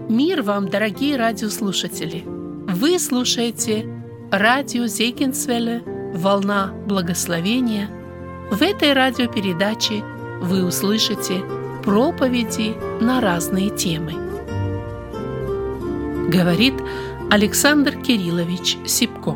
Мир вам, дорогие радиослушатели! Вы слушаете радио Зегенсвелле «Волна благословения». В этой радиопередаче вы услышите проповеди на разные темы. Говорит Александр Кириллович Сипко.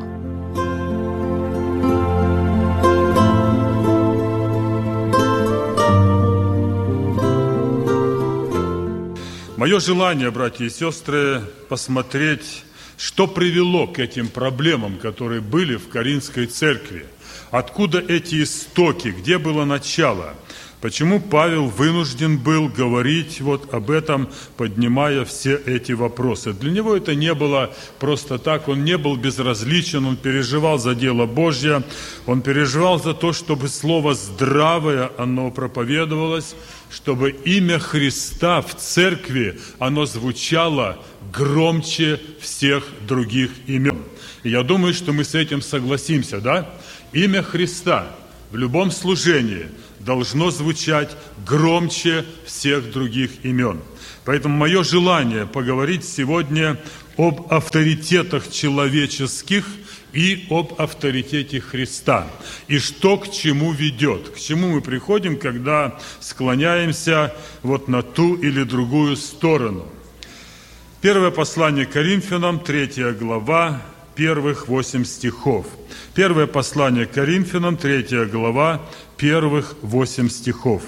Мое желание, братья и сестры, посмотреть, что привело к этим проблемам, которые были в Коринфской церкви. Откуда эти истоки, где было начало? Почему Павел вынужден был говорить вот об этом, поднимая все эти вопросы? Для него это не было просто так, он не был безразличен, он переживал за дело Божье, он переживал за то, чтобы слово здравое, оно проповедовалось, чтобы имя Христа в церкви, оно звучало громче всех других имен. И я думаю, что мы с этим согласимся, да? Имя Христа в любом служении должно звучать громче всех других имен. Поэтому мое желание поговорить сегодня об авторитетах человеческих и об авторитете Христа. И что к чему ведет, к чему мы приходим, когда склоняемся вот на ту или другую сторону. Первое послание к Коринфянам, 3 глава, первых 8 стихов. Первое послание к Коринфянам, 3 глава, первых 8 стихов.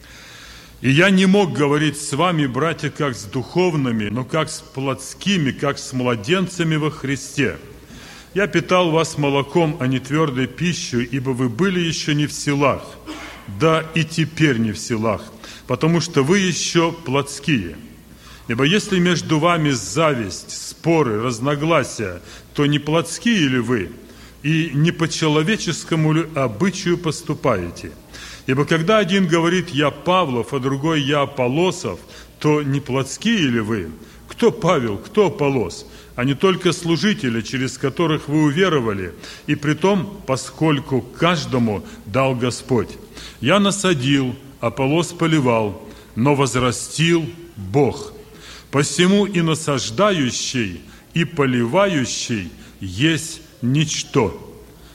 «И я не мог говорить с вами, братья, как с духовными, но как с плотскими, как с младенцами во Христе. Я питал вас молоком, а не твердой пищей, ибо вы были еще не в силах, да и теперь не в силах, потому что вы еще плотские. Ибо если между вами зависть, споры, разногласия, то не плотские ли вы, и не по человеческому ли обычаю поступаете? Ибо когда один говорит «я Павлов», а другой «я Аполлосов», то не плотские ли вы? Кто Павел, кто Аполлос? А не только служители, через которых вы уверовали, и притом, поскольку каждому дал Господь. Я насадил, Аполлос поливал, но возрастил Бог. Посему и насаждающий, и поливающий есть ничто,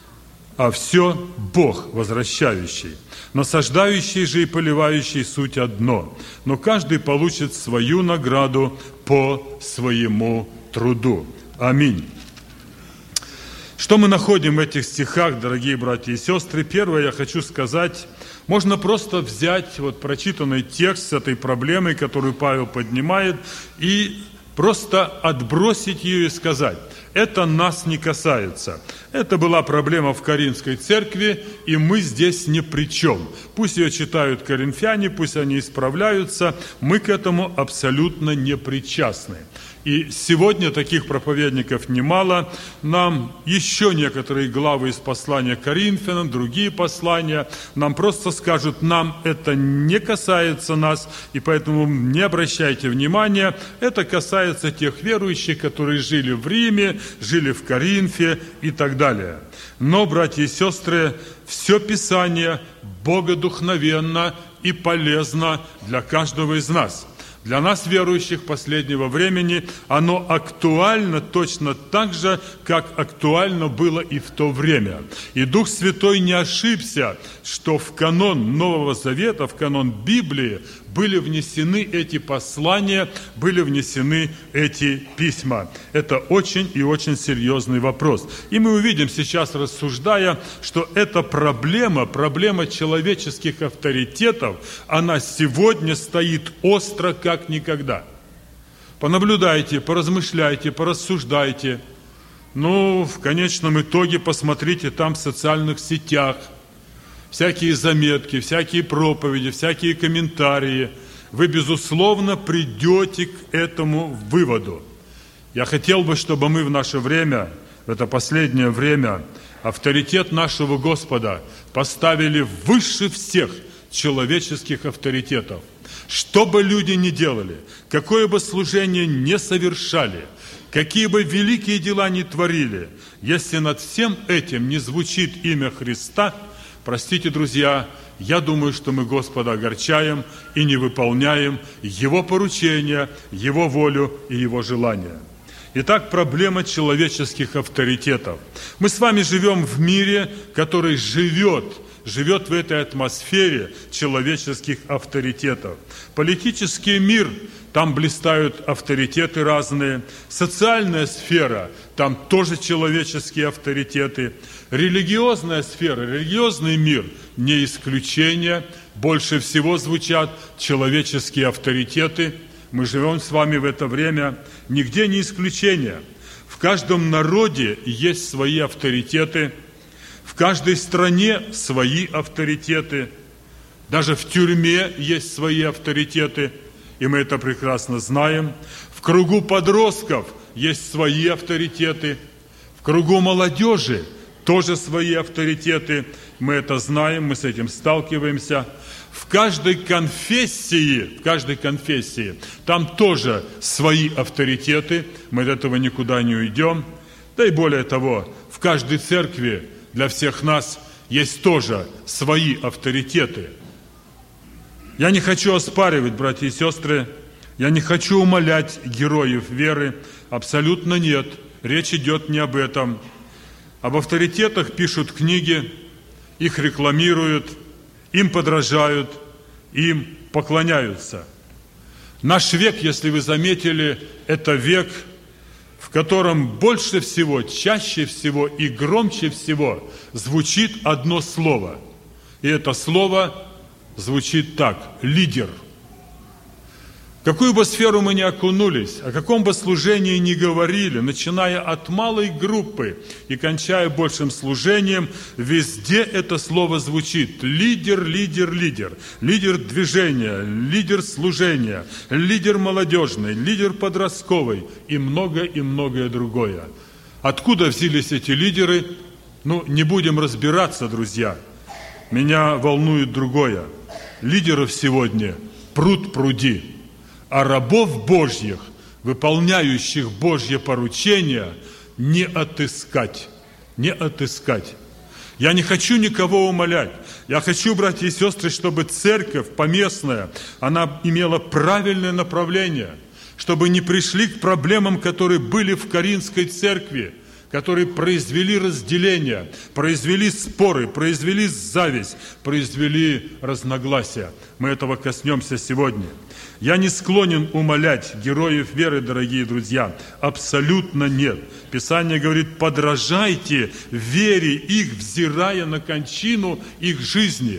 а все Бог возвращающий. Насаждающий же и поливающий суть одно, но каждый получит свою награду по своему труду. Аминь. Что мы находим в этих стихах, дорогие братья и сестры? Первое, я хочу сказать, можно просто взять вот прочитанный текст с этой проблемой, которую Павел поднимает, и просто отбросить ее и сказать: это нас не касается. Это была проблема в Коринфской церкви, и мы здесь ни при чем. Пусть ее читают коринфяне, пусть они исправляются, мы к этому абсолютно не причастны. И сегодня таких проповедников немало. Нам еще некоторые главы из послания к Коринфянам, другие послания, нам просто скажут: нам это не касается нас, и поэтому не обращайте внимания. Это касается тех верующих, которые жили в Риме, жили в Коринфе и так далее. Но, братья и сестры, все Писание богодухновенно и полезно для каждого из нас. Для нас, верующих последнего времени, оно актуально точно так же, как актуально было и в то время. И Дух Святой не ошибся, что в канон Нового Завета, в канон Библии были внесены эти послания, были внесены эти письма. Это очень и очень серьезный вопрос. И мы увидим сейчас, рассуждая, что эта проблема человеческих авторитетов, она сегодня стоит остро, как никогда. Понаблюдайте, поразмышляйте, порассуждайте. В конечном итоге посмотрите там в социальных сетях, всякие заметки, всякие проповеди, всякие комментарии. Вы, безусловно, придете к этому выводу. Я хотел бы, чтобы мы в наше время, в это последнее время, авторитет нашего Господа поставили выше всех человеческих авторитетов. Что бы люди ни делали, какое бы служение ни совершали, какие бы великие дела ни творили, если над всем этим не звучит имя Христа, простите, друзья, я думаю, что мы Господа огорчаем и не выполняем Его поручения, Его волю и Его желания. Итак, проблема человеческих авторитетов. Мы с вами живем в мире, который живет в этой атмосфере человеческих авторитетов. Политический мир, там блистают авторитеты разные. Социальная сфера, там тоже человеческие авторитеты. Религиозная сфера, религиозный мир, не исключение. Больше всего звучат человеческие авторитеты. Мы живем с вами в это время, нигде не исключение. В каждом народе есть свои авторитеты, в каждой стране свои авторитеты, даже в тюрьме есть свои авторитеты, и мы это прекрасно знаем. В кругу подростков есть свои авторитеты, в кругу молодежи тоже свои авторитеты. Мы это знаем, мы с этим сталкиваемся. В каждой конфессии, там тоже свои авторитеты, мы от этого никуда не уйдем. Да и более того, в каждой церкви для всех нас есть тоже свои авторитеты. Я не хочу оспаривать, братья и сестры, я не хочу умалять героев веры, абсолютно нет, речь идет не об этом. Об авторитетах пишут книги, их рекламируют, им подражают, им поклоняются. Наш век, если вы заметили, это век, в котором больше всего, чаще всего и громче всего звучит одно слово. И это слово звучит так – лидер. В какую бы сферу мы ни окунулись, о каком бы служении ни говорили, начиная от малой группы и кончая большим служением, везде это слово звучит. Лидер, лидер, лидер. Лидер движения, лидер служения, лидер молодежный, лидер подростковый и многое другое. Откуда взялись эти лидеры? Не будем разбираться, друзья. Меня волнует другое. Лидеров сегодня пруд-пруди. А рабов Божьих, выполняющих Божье поручение, не отыскать. Я не хочу никого умолять. Я хочу, братья и сестры, чтобы церковь поместная, она имела правильное направление, чтобы не пришли к проблемам, которые были в Коринфской церкви, которые произвели разделение, произвели споры, произвели зависть, произвели разногласия. Мы этого коснемся сегодня. Я не склонен умалять героев веры, дорогие друзья. Абсолютно нет. Писание говорит, подражайте вере их, взирая на кончину их жизни.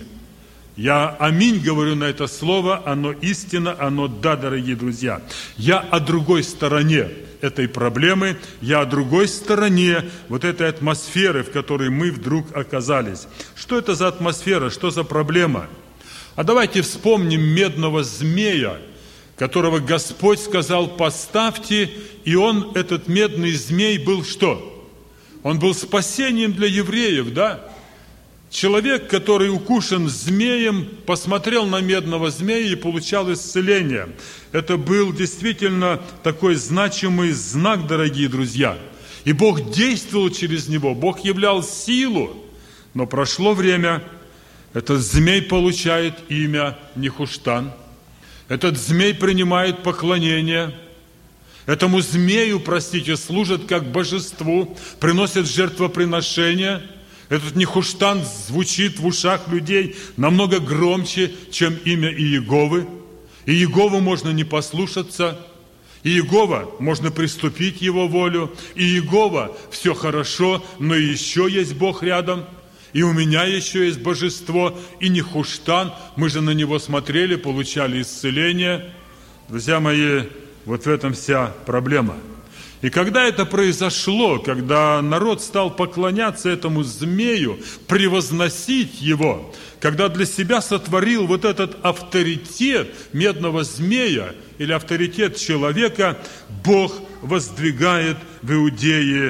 Я аминь говорю на это слово, оно истина, оно да, дорогие друзья. Я о другой стороне этой проблемы, я о другой стороне вот этой атмосферы, в которой мы вдруг оказались. Что это за атмосфера, что за проблема? А давайте вспомним медного змея, которого Господь сказал, поставьте, и он, этот медный змей, был что? Он был спасением для евреев, да? Человек, который укушен змеем, посмотрел на медного змея и получал исцеление. Это был действительно такой значимый знак, дорогие друзья. И Бог действовал через него, Бог являл силу. Но прошло время, этот змей получает имя Нехуштан. Этот змей принимает поклонение. Этому змею, служат как божеству, приносят жертвоприношения. Этот Нехуштан звучит в ушах людей намного громче, чем имя Иеговы. И Иегову можно не послушаться, и Иегова можно приступить его волю, и Иегова все хорошо, но еще есть Бог рядом, и у меня еще есть божество, и Нехуштан, мы же на него смотрели, получали исцеление. Друзья мои, вот в этом вся проблема. И когда это произошло, когда народ стал поклоняться этому змею, превозносить его, когда для себя сотворил вот этот авторитет медного змея или авторитет человека, Бог воздвигает в Иудее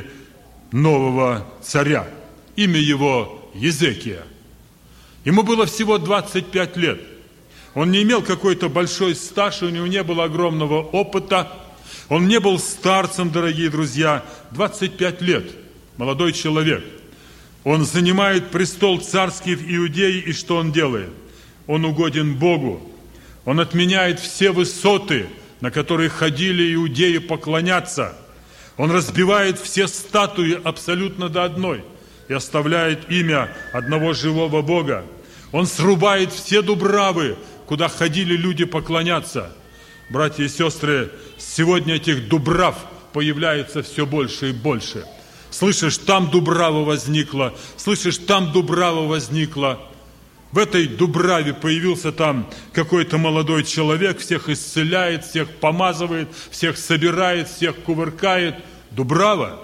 нового царя. Имя его Езекия. Ему было всего 25 лет. Он не имел какой-то большой стаж, у него не было огромного опыта. Он не был старцем, дорогие друзья, 25 лет, молодой человек. Он занимает престол царский в Иудее, и что он делает? Он угоден Богу. Он отменяет все высоты, на которые ходили иудеи поклоняться. Он разбивает все статуи абсолютно до одной и оставляет имя одного живого Бога. Он срубает все дубравы, куда ходили люди поклоняться. Братья и сестры, сегодня этих дубрав появляется все больше и больше. Слышишь, там дубрава возникла, слышишь, там дубрава возникла. В этой дубраве появился там какой-то молодой человек, всех исцеляет, всех помазывает, всех собирает, всех кувыркает. Дубрава.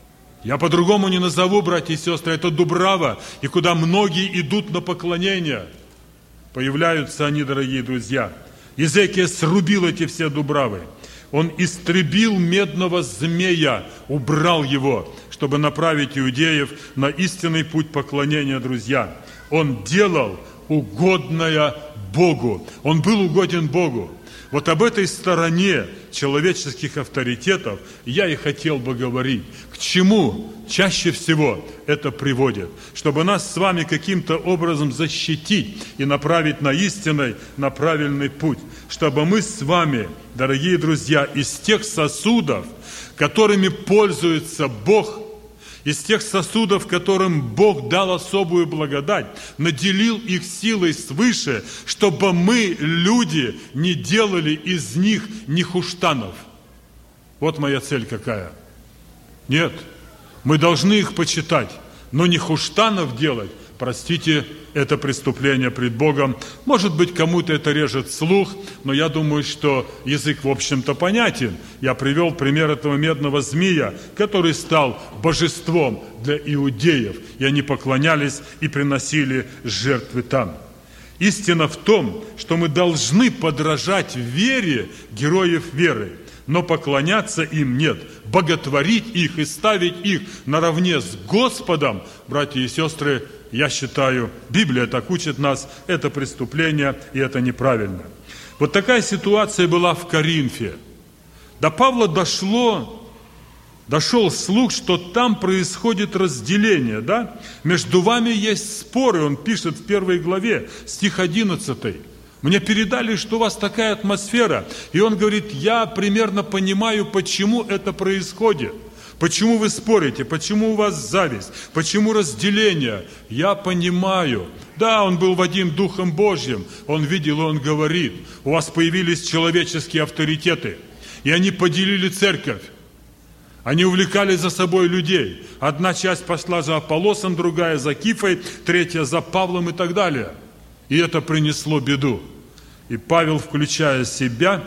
Я по-другому не назову, братья и сестры, это дубрава, и куда многие идут на поклонение. Появляются они, дорогие друзья. Иезекия срубил эти все дубравы. Он истребил медного змея, убрал его, чтобы направить иудеев на истинный путь поклонения, друзья. Он делал угодное Богу. Он был угоден Богу. Вот об этой стороне человеческих авторитетов я и хотел бы говорить. К чему чаще всего это приводит? Чтобы нас с вами каким-то образом защитить и направить на истинный, на правильный путь. Чтобы мы с вами, дорогие друзья, из тех сосудов, которыми пользуется Бог, из тех сосудов, которым Бог дал особую благодать, наделил их силой свыше, чтобы мы, люди, не делали из них нехуштанов. Вот моя цель какая. Нет, мы должны их почитать, но нехуштанов делать, простите, это преступление пред Богом. Может быть, кому-то это режет слух, но я думаю, что язык, в общем-то, понятен. Я привел пример этого медного змея, который стал божеством для иудеев, и они поклонялись и приносили жертвы там. Истина в том, что мы должны подражать вере героев веры, но поклоняться им нет. Боготворить их и ставить их наравне с Господом, братья и сестры, я считаю, Библия так учит нас, это преступление и это неправильно. Вот такая ситуация была в Коринфе. До Павла дошел слух, что там происходит разделение, да? Между вами есть споры, он пишет в 1 главе, стих 11. Мне передали, что у вас такая атмосфера. И он говорит, я примерно понимаю, почему это происходит. Почему вы спорите? Почему у вас зависть? Почему разделение? Я понимаю. Да, он был водим Духом Божьим. Он видел, и он говорит. У вас появились человеческие авторитеты. И они поделили церковь. Они увлекали за собой людей. Одна часть пошла за Аполлосом, другая за Кифой, третья за Павлом и так далее. И это принесло беду. И Павел, включая себя,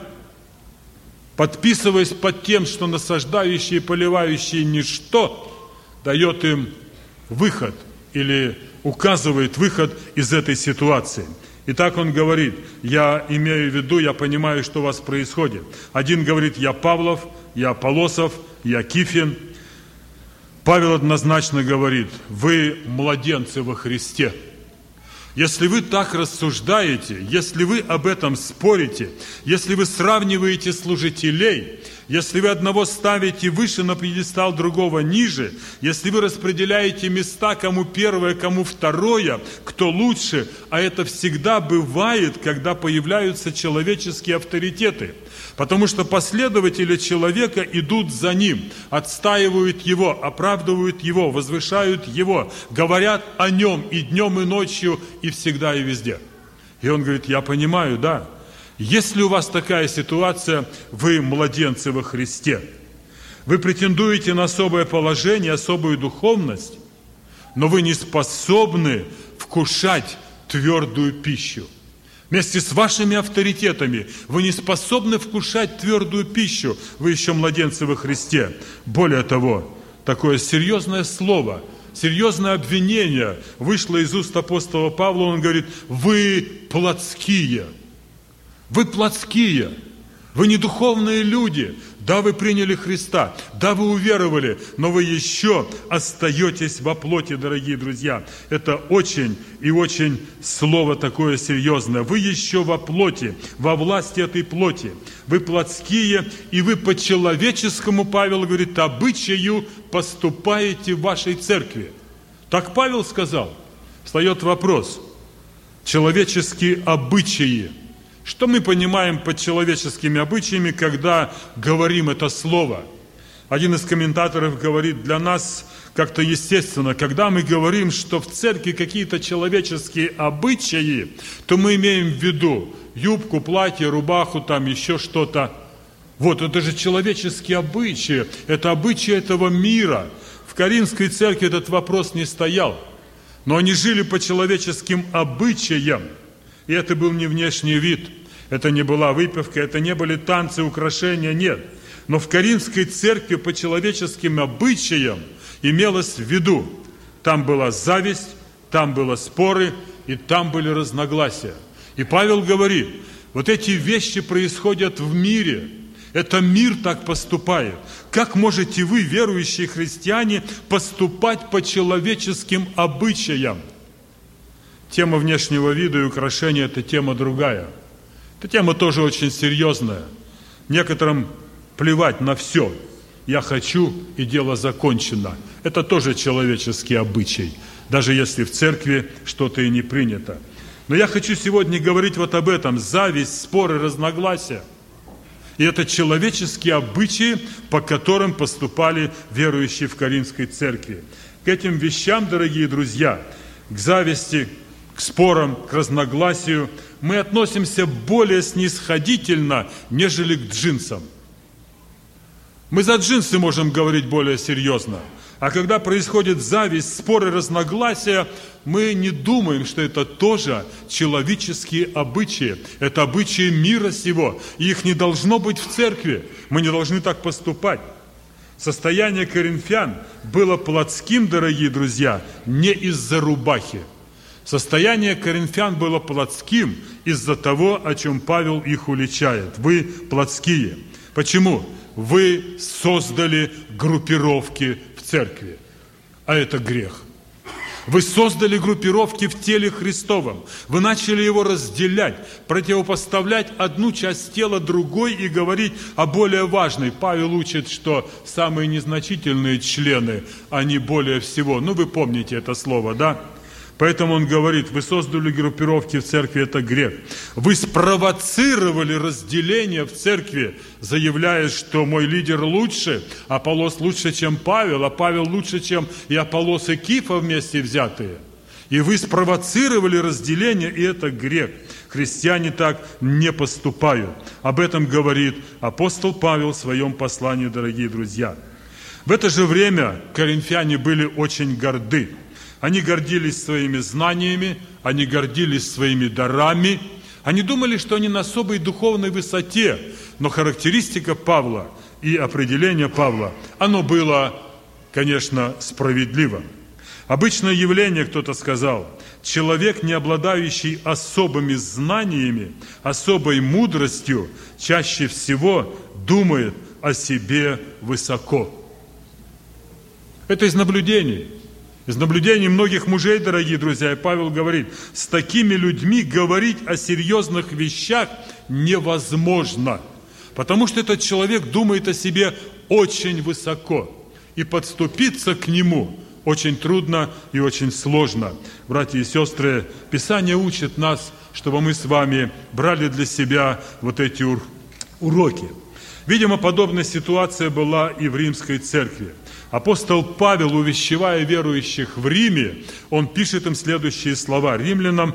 подписываясь под тем, что насаждающие и поливающие ничто, дает им выход или указывает выход из этой ситуации. Итак, он говорит, я имею в виду, я понимаю, что у вас происходит. Один говорит, я Павлов, я Аполлосов, я Кифин. Павел однозначно говорит, вы младенцы во Христе. Если вы так рассуждаете, если вы об этом спорите, если вы сравниваете служителей, если вы одного ставите выше на пьедестал, другого ниже, если вы распределяете места, кому первое, кому второе, кто лучше, а это всегда бывает, когда появляются человеческие авторитеты. Потому что последователи человека идут за ним, отстаивают его, оправдывают его, возвышают его, говорят о нем и днем, и ночью, и всегда, и везде. И он говорит, я понимаю, да. Если у вас такая ситуация, вы младенцы во Христе. Вы претендуете на особое положение, особую духовность, но вы не способны вкушать твердую пищу. Вместе с вашими авторитетами вы не способны вкушать твердую пищу. Вы еще младенцы во Христе. Более того, такое серьезное слово, серьезное обвинение вышло из уст апостола Павла. Он говорит, вы плотские. Вы плотские. Вы не духовные люди. Да, вы приняли Христа, да, вы уверовали, но вы еще остаетесь во плоти, дорогие друзья. Это очень и очень слово такое серьезное. Вы еще во плоти, во власти этой плоти. Вы плотские, и вы по-человеческому, Павел говорит, обычаю поступаете в вашей церкви. Так Павел сказал. Встает вопрос. Человеческие обычаи. Что мы понимаем под человеческими обычаями, когда говорим это слово? Один из комментаторов говорит, для нас как-то естественно, когда мы говорим, что в церкви какие-то человеческие обычаи, то мы имеем в виду юбку, платье, рубаху, там еще что-то. Вот, это же человеческие обычаи, это обычаи этого мира. В Коринфской церкви этот вопрос не стоял, но они жили по человеческим обычаям. И это был не внешний вид, это не была выпивка, это не были танцы, украшения, нет. Но в Коринфской церкви по человеческим обычаям имелось в виду, там была зависть, там были споры, и там были разногласия. И Павел говорит, вот эти вещи происходят в мире, это мир так поступает. Как можете вы, верующие христиане, поступать по человеческим обычаям? Тема внешнего вида и украшения – это тема другая. Эта тема тоже очень серьезная. Некоторым плевать на все. Я хочу, и дело закончено. Это тоже человеческий обычай, даже если в церкви что-то и не принято. Но я хочу сегодня говорить вот об этом. Зависть, споры, разногласия. И это человеческие обычаи, по которым поступали верующие в Коринфской церкви. К этим вещам, дорогие друзья, к зависти, к спорам, к разногласию, мы относимся более снисходительно, нежели к джинсам. Мы за джинсы можем говорить более серьезно. А когда происходит зависть, споры, разногласия, мы не думаем, что это тоже человеческие обычаи. Это обычаи мира сего. И их не должно быть в церкви. Мы не должны так поступать. Состояние коринфян было плотским, дорогие друзья, не из-за рубахи. Состояние коринфян было плотским из-за того, о чем Павел их уличает. Вы плотские. Почему? Вы создали группировки в церкви, а это грех. Вы создали группировки в теле Христовом. Вы начали его разделять, противопоставлять одну часть тела другой и говорить о более важной. Павел учит, что самые незначительные члены, они более всего. Вы помните это слово, да? Поэтому он говорит, вы создали группировки в церкви, это грех. Вы спровоцировали разделение в церкви, заявляя, что мой лидер лучше, Аполлос лучше, чем Павел, а Павел лучше, чем и Аполлос и Кифа вместе взятые. И вы спровоцировали разделение, и это грех. Христиане так не поступают. Об этом говорит апостол Павел в своем послании, дорогие друзья. В это же время коринфяне были очень горды. Они гордились своими знаниями, они гордились своими дарами. Они думали, что они на особой духовной высоте. Но характеристика Павла и определение Павла, оно было, конечно, справедливым. Обычное явление, кто-то сказал, человек, не обладающий особыми знаниями, особой мудростью, чаще всего думает о себе высоко. Это из наблюдений. Из наблюдений многих мужей, дорогие друзья, и Павел говорит, с такими людьми говорить о серьезных вещах невозможно, потому что этот человек думает о себе очень высоко, и подступиться к нему очень трудно и очень сложно. Братья и сестры, Писание учит нас, чтобы мы с вами брали для себя вот эти уроки. Видимо, подобная ситуация была и в Римской церкви. Апостол Павел, увещевая верующих в Риме, он пишет им следующие слова. Римлянам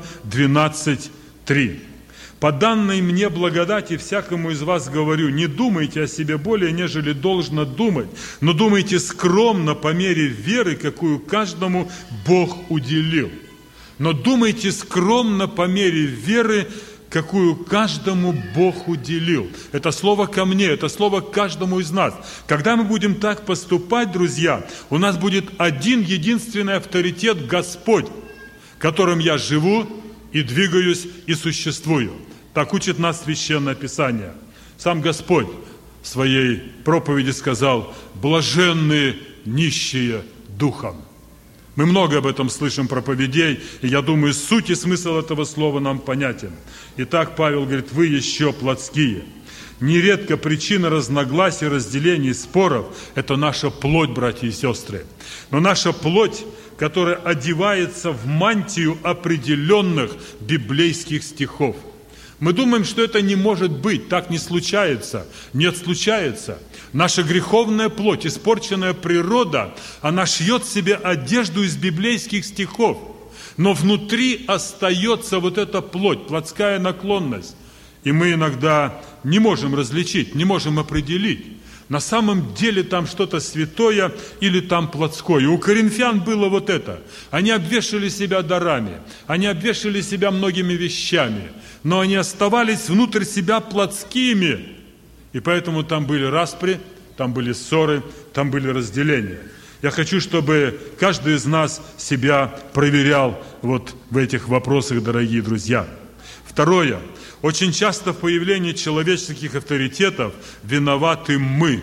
12:3. «По данной мне благодати всякому из вас говорю, не думайте о себе более, нежели должно думать, но думайте скромно по мере веры, какую каждому Бог уделил. Но думайте скромно по мере веры, какую каждому Бог уделил». Это слово ко мне, это слово к каждому из нас. Когда мы будем так поступать, друзья, у нас будет один единственный авторитет Господь, которым я живу и двигаюсь и существую. Так учит нас Священное Писание. Сам Господь в своей проповеди сказал: «Блаженные нищие духом». Мы много об этом слышим проповедей, и я думаю, суть и смысл этого слова нам понятен. Итак, Павел говорит, вы еще плотские. Нередко причина разногласий, разделений, споров – это наша плоть, братья и сестры. Но наша плоть который одевается в мантию определенных библейских стихов. Мы думаем, что это не может быть, так не случается. Нет, случается. Наша греховная плоть, испорченная природа, она шьет себе одежду из библейских стихов. Но внутри остается вот эта плоть, плотская наклонность. И мы иногда не можем различить, не можем определить, на самом деле там что-то святое или там плотское. У коринфян было вот это. Они обвешали себя дарами, они обвешали себя многими вещами, но они оставались внутрь себя плотскими. И поэтому там были распри, там были ссоры, там были разделения. Я хочу, чтобы каждый из нас себя проверял вот в этих вопросах, дорогие друзья. Второе. Очень часто в появлении человеческих авторитетов виноваты мы.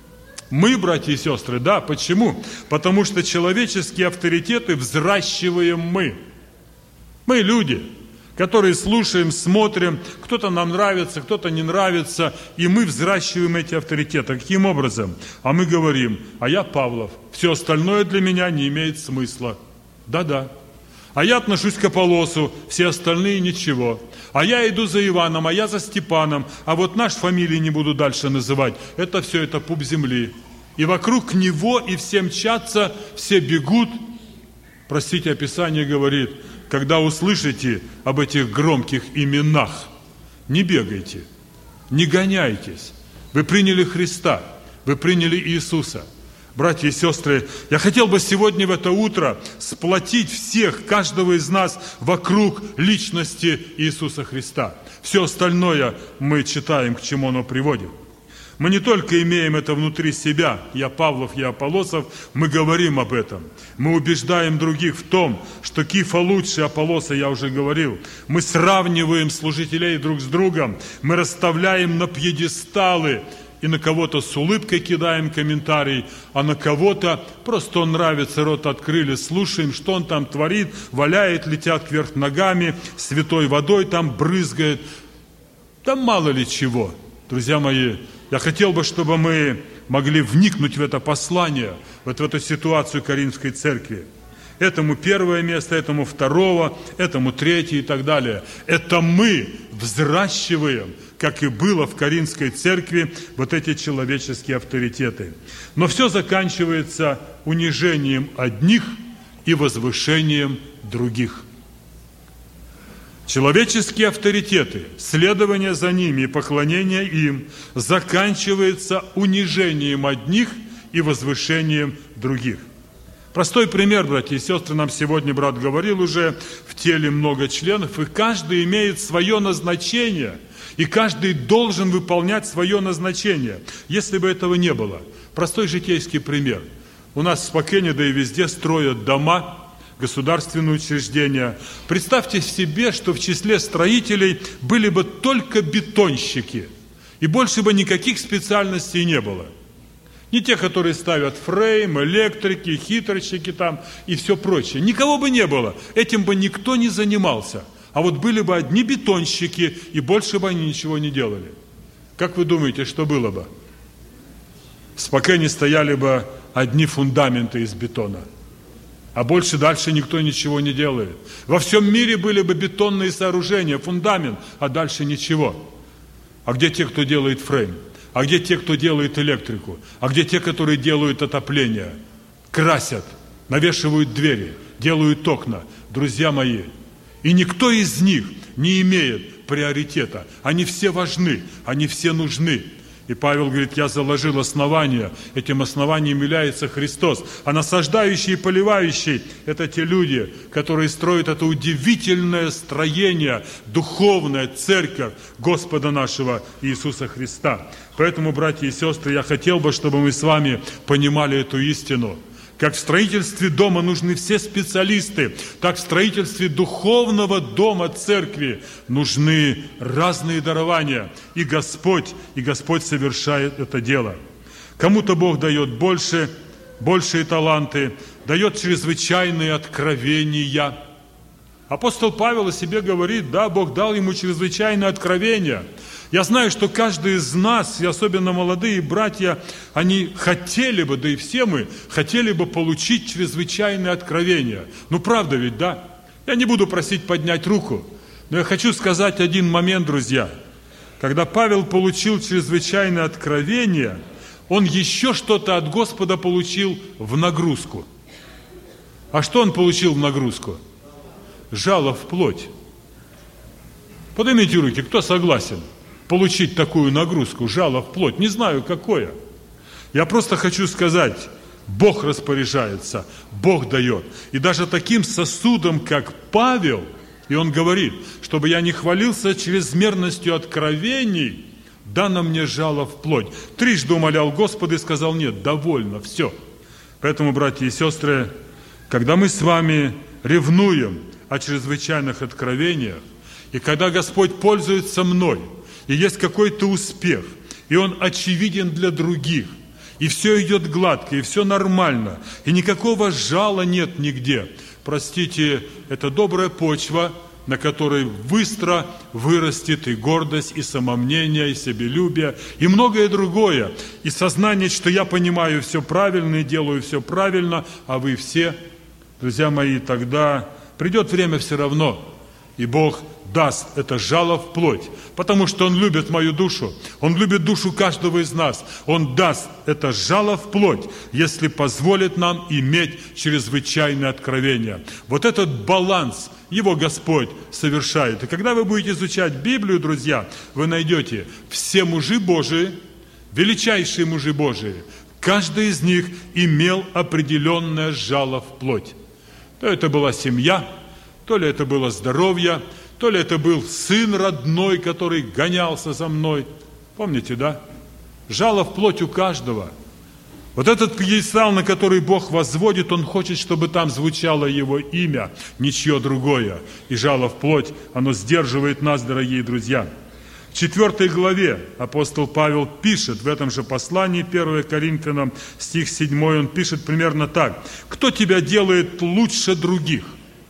Мы, братья и сестры, да, почему? Потому что человеческие авторитеты взращиваем мы. Мы люди, которые слушаем, смотрим, кто-то нам нравится, кто-то не нравится, и мы взращиваем эти авторитеты. Каким образом? А мы говорим, а я Павлов, все остальное для меня не имеет смысла. Да-да. А я отношусь к Аполлосу, все остальные ничего. А я иду за Иваном, а я за Степаном, а вот наш фамилии не буду дальше называть. Это все, это пуп земли. И вокруг него и все мчатся, все бегут. Простите, Писание говорит, когда услышите об этих громких именах, не бегайте, не гоняйтесь. Вы приняли Христа, вы приняли Иисуса. Братья и сестры, я хотел бы сегодня в это утро сплотить всех, каждого из нас вокруг личности Иисуса Христа. Все остальное мы читаем, к чему оно приводит. Мы не только имеем это внутри себя, я Павлов, я Аполлосов, мы говорим об этом. Мы убеждаем других в том, что Кифа лучше Аполлоса, я уже говорил. Мы сравниваем служителей друг с другом, мы расставляем на пьедесталы, и на кого-то с улыбкой кидаем комментарий, а на кого-то просто он нравится, рот открыли, слушаем, что он там творит, валяет, летят кверх ногами, святой водой там брызгает. Да мало ли чего. Друзья мои, я хотел бы, чтобы мы могли вникнуть в это послание, вот в эту ситуацию Коринфской церкви. Этому первое место, этому второго, этому третье и так далее. Это мы взращиваем, как и было в Коринфской церкви, вот эти человеческие авторитеты. Но все заканчивается унижением одних и возвышением других. Человеческие авторитеты, следование за ними и поклонение им заканчивается унижением одних и возвышением других. Простой пример, братья и сестры, нам сегодня брат говорил уже, в теле много членов, и каждый имеет свое назначение, и каждый должен выполнять свое назначение. Если бы этого не было, простой житейский пример. У нас в Спокене, да и везде строят дома, государственные учреждения. Представьте себе, что в числе строителей были бы только бетонщики, и больше бы никаких специальностей не было. Не те, которые ставят фрейм, электрики, хитрощики там и все прочее. Никого бы не было. Этим бы никто не занимался. А вот были бы одни бетонщики, и больше бы они ничего не делали. Как вы думаете, что было бы? В Спокене стояли бы одни фундаменты из бетона. А больше дальше никто ничего не делает. Во всем мире были бы бетонные сооружения, фундамент, а дальше ничего. А где те, кто делает фрейм? А где те, кто делает электрику? А где те, которые делают отопление? Красят, навешивают двери, делают окна. Друзья мои, и никто из них не имеет приоритета. Они все важны, они все нужны. И Павел говорит, я заложил основания. Этим основанием является Христос. А насаждающий и поливающий – это те люди, которые строят это удивительное строение, духовная церковь Господа нашего Иисуса Христа. Поэтому, братья и сестры, я хотел бы, чтобы мы с вами понимали эту истину. Как в строительстве дома нужны все специалисты, так в строительстве духовного дома церкви нужны разные дарования. И Господь совершает это дело. Кому-то Бог дает большие таланты, дает чрезвычайные откровения. Апостол Павел о себе говорит, да, Бог дал ему чрезвычайное откровение. Я знаю, что каждый из нас, и особенно молодые братья, они хотели бы, да и все мы, хотели бы получить чрезвычайное откровение. Ну, правда ведь, да? Я не буду просить поднять руку, но я хочу сказать один момент, друзья. Когда Павел получил чрезвычайное откровение, он еще что-то от Господа получил в нагрузку. А что он получил в нагрузку? Жало в плоть. Поднимите руки, кто согласен получить такую нагрузку, жало в плоть? Не знаю, какое. Я просто хочу сказать, Бог распоряжается, Бог дает. И даже таким сосудом, как Павел, и он говорит, чтобы я не хвалился чрезмерностью откровений, дано мне жало в плоть. Трижды умолял Господа и сказал: нет, довольно, все. Поэтому, братья и сестры, когда мы с вами ревнуем о чрезвычайных откровениях, и когда Господь пользуется мной, и есть какой-то успех, и он очевиден для других, и все идет гладко, и все нормально, и никакого жала нет нигде, простите, это добрая почва, на которой быстро вырастет и гордость, и самомнение, и себелюбие, и многое другое, и сознание, что я понимаю все правильно и делаю все правильно, а вы все, друзья мои, тогда придет время все равно, и Бог даст это жало в плоть, потому что Он любит мою душу, Он любит душу каждого из нас. Он даст это жало в плоть, если позволит нам иметь чрезвычайное откровение. Вот этот баланс Его Господь совершает. И когда вы будете изучать Библию, друзья, вы найдете все мужи Божии, величайшие мужи Божии, каждый из них имел определенное жало в плоть. То это была семья, то ли это было здоровье, то ли это был сын родной, который гонялся за мной. Помните, да? Жало в плоть у каждого. Вот этот пьедестал, на который Бог возводит, Он хочет, чтобы там звучало Его имя, ничье другое. И жало в плоть, оно сдерживает нас, дорогие друзья. В 4 главе апостол Павел пишет, в этом же послании, 1 Коринфянам, стих 7, он пишет примерно так. «Кто тебя делает лучше других?»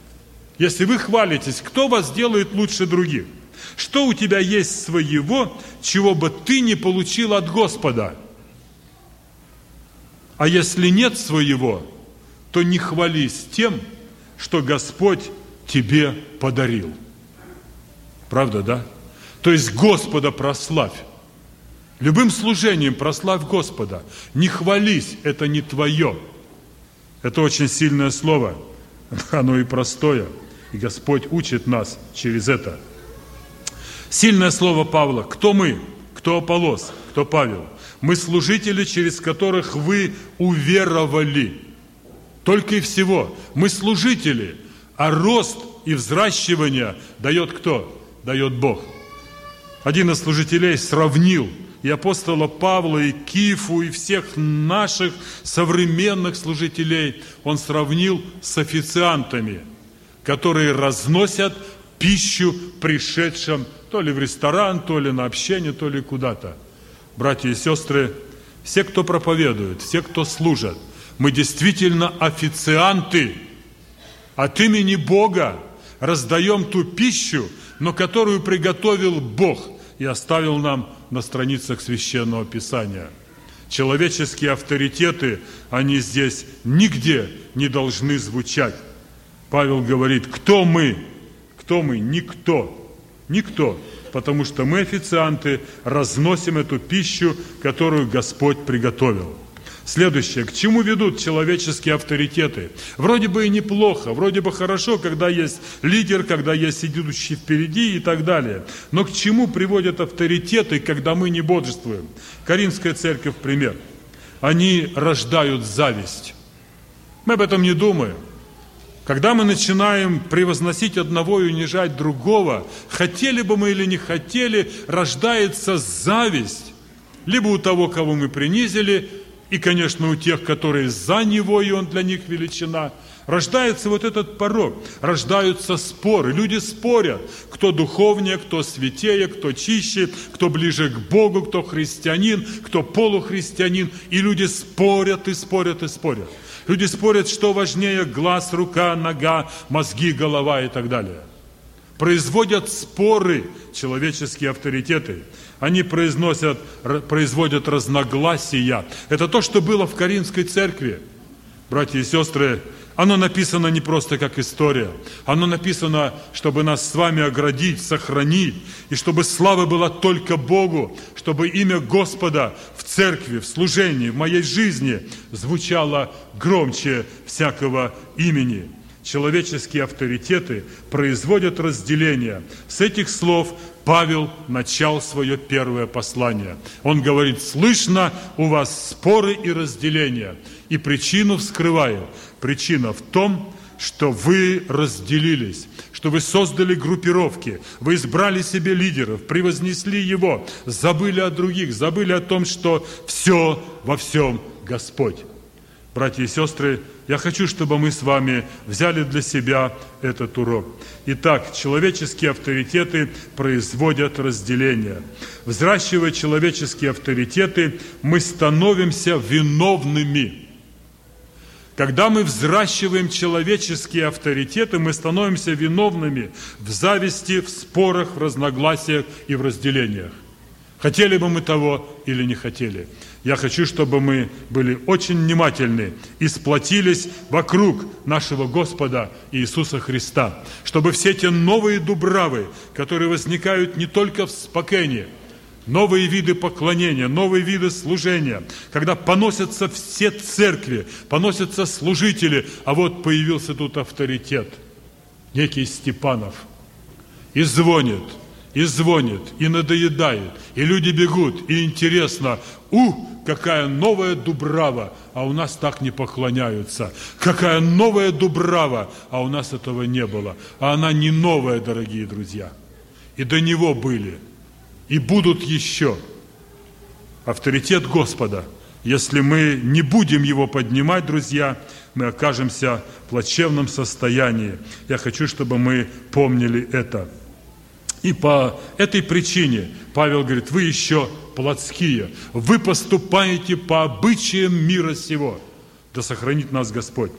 Если вы хвалитесь, кто вас делает лучше других? Что у тебя есть своего, чего бы ты не получил от Господа? А если нет своего, то не хвались тем, что Господь тебе подарил. Правда, да? То есть Господа прославь. Любым служением прославь Господа. Не хвались, это не твое. Это очень сильное слово. Оно и простое. И Господь учит нас через это. Сильное слово Павла. Кто мы? Кто Аполлос? Кто Павел? Мы служители, через которых вы уверовали. Только и всего. Мы служители. А рост и взращивание дает кто? Дает Бог. Один из служителей сравнил и апостола Павла, и Кифу, и всех наших современных служителей. Он сравнил с официантами, которые разносят пищу пришедшим то ли в ресторан, то ли на общение, то ли куда-то. Братья и сестры, все, кто проповедует, все, кто служат, мы действительно официанты. От имени Бога раздаем ту пищу, но которую приготовил Бог и оставил нам на страницах Священного Писания. Человеческие авторитеты, они здесь нигде не должны звучать. Павел говорит, кто мы? Кто мы? Никто. Никто. Потому что мы, официанты, разносим эту пищу, которую Господь приготовил. Следующее. К чему ведут человеческие авторитеты? Вроде бы и неплохо, вроде бы хорошо, когда есть лидер, когда есть идущий впереди и так далее. Но к чему приводят авторитеты, когда мы не бодрствуем? Коринфская церковь пример. Они рождают зависть. Мы об этом не думаем. Когда мы начинаем превозносить одного и унижать другого, хотели бы мы или не хотели, рождается зависть. Либо у того, кого мы принизили, и, конечно, у тех, которые за него, и он для них величина. Рождается вот этот порок, рождаются споры. Люди спорят, кто духовнее, кто святее, кто чище, кто ближе к Богу, кто христианин, кто полухристианин. И люди спорят и спорят и спорят. Люди спорят, что важнее: глаз, рука, нога, мозги, голова и так далее. производят споры человеческие авторитеты. Они производят разногласия. Это то, что было в Коринфской церкви. Братья и сестры, оно написано не просто как история. Оно написано, чтобы нас с вами оградить, сохранить, и чтобы слава была только Богу, чтобы имя Господа в церкви, в служении, в моей жизни звучало громче всякого имени. Человеческие авторитеты производят разделение. С этих слов Павел начал свое первое послание. Он говорит: слышно у вас споры и разделения. И причину вскрывает. Причина в том, что вы разделились, что вы создали группировки, вы избрали себе лидеров, превознесли его, забыли о других, забыли о том, что все во всем Господь. Братья и сестры, я хочу, чтобы мы с вами взяли для себя этот урок. Итак, человеческие авторитеты производят разделение. Взращивая человеческие авторитеты, мы становимся виновными. Когда мы взращиваем человеческие авторитеты, мы становимся виновными в зависти, в спорах, в разногласиях и в разделениях. Хотели бы мы того или не хотели. Я хочу, чтобы мы были очень внимательны и сплотились вокруг нашего Господа Иисуса Христа, чтобы все те новые дубравы, которые возникают не только в Спокене, новые виды поклонения, новые виды служения, когда поносятся все церкви, поносятся служители, а вот появился тут авторитет, некий Степанов, и звонит, и надоедает, и люди бегут, и интересно, какая новая дубрава, а у нас так не поклоняются, какая новая дубрава, а у нас этого не было, а она не новая, дорогие друзья, и до него были, и будут еще. Авторитет Господа, если мы не будем его поднимать, друзья, мы окажемся в плачевном состоянии. Я хочу, чтобы мы помнили это. И по этой причине Павел говорит: вы еще плотские, вы поступаете по обычаям мира сего. Да сохранит нас Господь.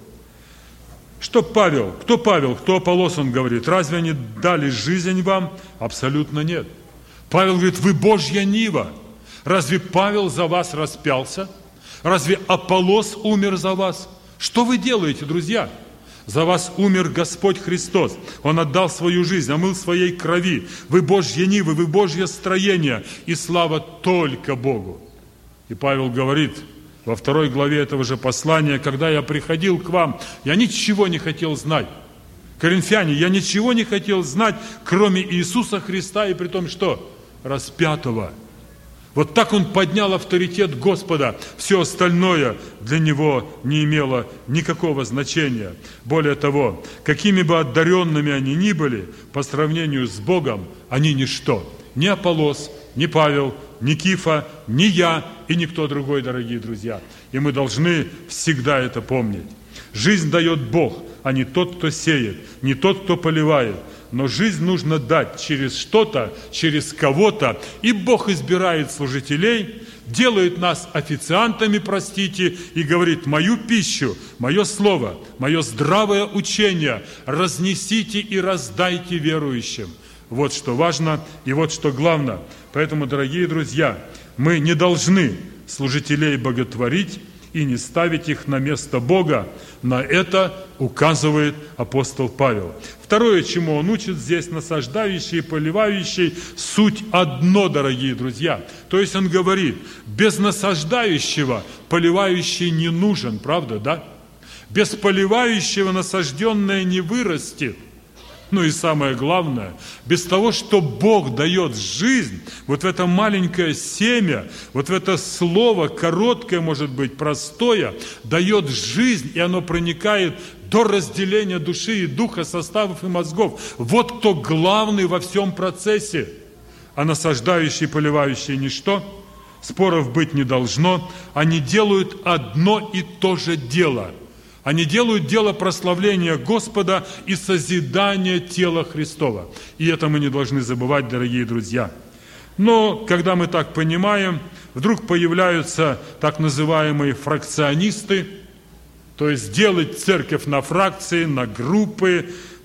Что Павел? Кто Аполлос, он говорит? Разве они дали жизнь вам? Абсолютно нет. Павел говорит: вы Божья нива. Разве Павел за вас распялся? Разве Аполлос умер за вас? Что вы делаете, друзья? За вас умер Господь Христос. Он отдал свою жизнь, омыл своей крови. Вы Божья нива, вы Божье строение, и слава только Богу. И Павел говорит во 2 главе этого же послания: когда я приходил к вам, я ничего не хотел знать. Коринфяне, я ничего не хотел знать, кроме Иисуса Христа, и при том что? Распятого. Вот так он поднял авторитет Господа. Все остальное для него не имело никакого значения. Более того, какими бы одаренными они ни были, по сравнению с Богом, они ничто. Ни Аполлос, ни Павел, ни Кифа, ни я и никто другой, дорогие друзья. И мы должны всегда это помнить. Жизнь дает Бог, а не тот, кто сеет, не тот, кто поливает. Но жизнь нужно дать через что-то, через кого-то. И Бог избирает служителей, делает нас официантами, простите, и говорит: мою пищу, мое слово, мое здравое учение разнесите и раздайте верующим. Вот что важно и вот что главное. Поэтому, дорогие друзья, мы не должны служителей боготворить и не ставить их на место Бога. На это указывает апостол Павел. Второе, чему он учит здесь: насаждающий и поливающий суть одно, дорогие друзья. То есть он говорит: без насаждающего поливающий не нужен, правда, да? Без поливающего насажденное не вырастет. Ну и самое главное, без того, что Бог дает жизнь, вот в это маленькое семя, вот в это слово, короткое, может быть, простое, дает жизнь, и оно проникает до разделения души и духа, составов и мозгов. Вот кто главный во всем процессе. А насаждающий и поливающий ничто, споров быть не должно, они делают одно и то же дело. Они делают дело прославления Господа и созидания тела Христова. И это мы не должны забывать, дорогие друзья. Но, когда мы так понимаем, вдруг появляются так называемые фракционисты, то есть делать церковь на фракции, на группы,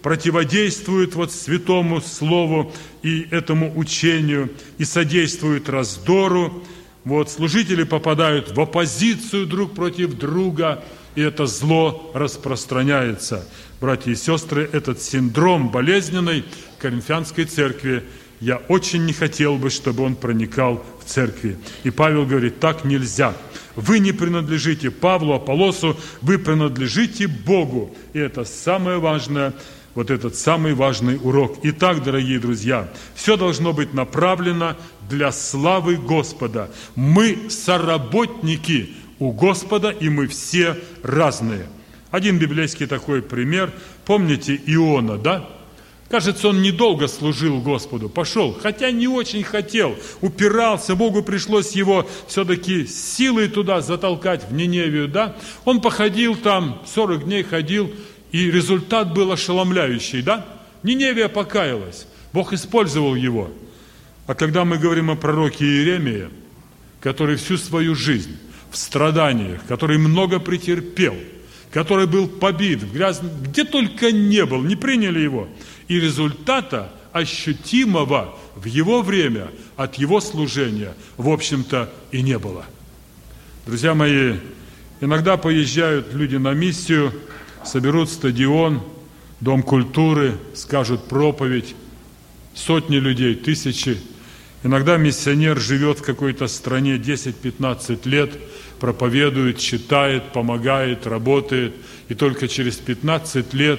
противодействуют святому слову и этому учению, и содействуют раздору. Служители попадают в оппозицию друг против друга, и это зло распространяется. Братья и сестры, этот синдром болезненной Коринфянской церкви, я очень не хотел бы, чтобы он проникал в церкви. И Павел говорит, так нельзя. Вы не принадлежите Павлу, Аполлосу, вы принадлежите Богу. И это самое важное, этот самый важный урок. Итак, дорогие друзья, все должно быть направлено для славы Господа. Мы соработники у Господа, и мы все разные. Один библейский такой пример. Помните Иона, да? Кажется, он недолго служил Господу, пошел, хотя не очень хотел, упирался, Богу пришлось его все-таки силой туда затолкать, в Ниневию, да? Он походил там, 40 дней ходил, и результат был ошеломляющий, да? Ниневия покаялась, Бог использовал его. А когда мы говорим о пророке Иеремии, который всю свою жизнь в страданиях, который много претерпел, который был побит, в грязном, где только не был, не приняли его, и результата ощутимого в его время от его служения, в общем-то, и не было. Друзья мои, иногда поезжают люди на миссию, соберут стадион, дом культуры, скажут проповедь, сотни людей, тысячи. Иногда миссионер живет в какой-то стране 10-15 лет, проповедует, читает, помогает, работает, и только через 15 лет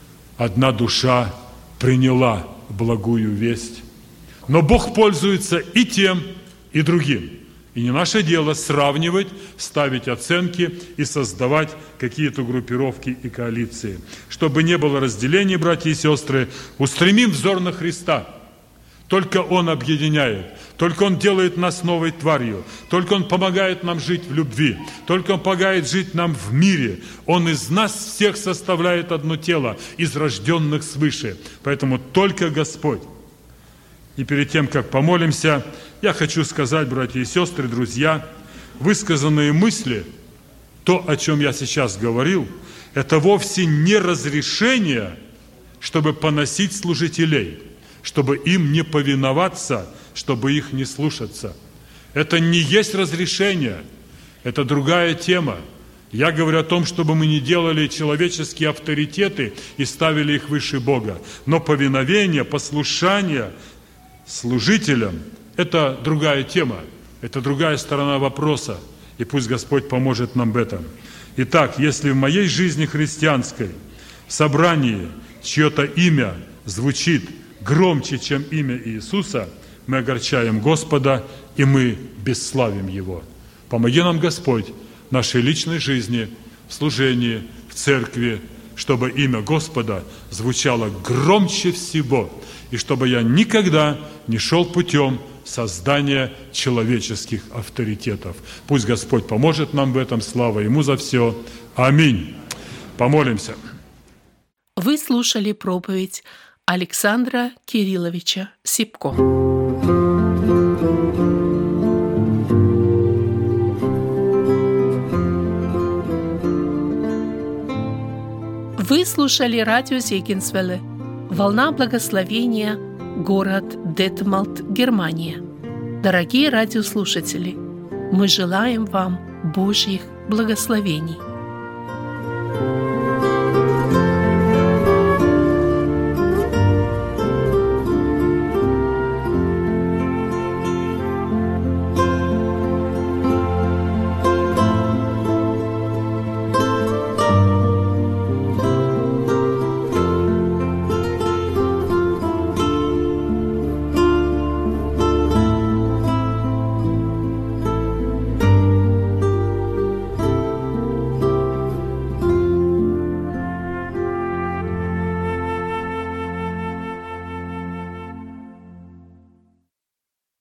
одна душа приняла благую весть. Но Бог пользуется и тем, и другим. И не наше дело сравнивать, ставить оценки и создавать какие-то группировки и коалиции. Чтобы не было разделений, братья и сестры, устремим взор на Христа. Только Он объединяет, только Он делает нас новой тварью, только Он помогает нам жить в любви, только Он помогает жить нам в мире. Он из нас всех составляет одно тело, из рожденных свыше. Поэтому только Господь. И перед тем, как помолимся, я хочу сказать, братья и сестры, друзья, высказанные мысли, то, о чем я сейчас говорил, это вовсе не разрешение, чтобы поносить служителей, чтобы им не повиноваться, чтобы их не слушаться. Это не есть разрешение, это другая тема. Я говорю о том, чтобы мы не делали человеческие авторитеты и ставили их выше Бога. Но повиновение, послушание служителям – это другая тема, это другая сторона вопроса. И пусть Господь поможет нам в этом. Итак, если в моей жизни христианской, в собрании, чье-то имя звучит громче, чем имя Иисуса, мы огорчаем Господа, и мы бесславим Его. Помоги нам, Господь, в нашей личной жизни, в служении, в церкви, чтобы имя Господа звучало громче всего, и чтобы я никогда не шел путем создания человеческих авторитетов. Пусть Господь поможет нам в этом. Слава Ему за все. Аминь. Помолимся. Вы слушали проповедь Александра Кирилловича Сипко. Вы слушали радио Зегенсвелле «Волна благословения», город Детмалт, Германия. Дорогие радиослушатели, мы желаем вам Божьих благословений.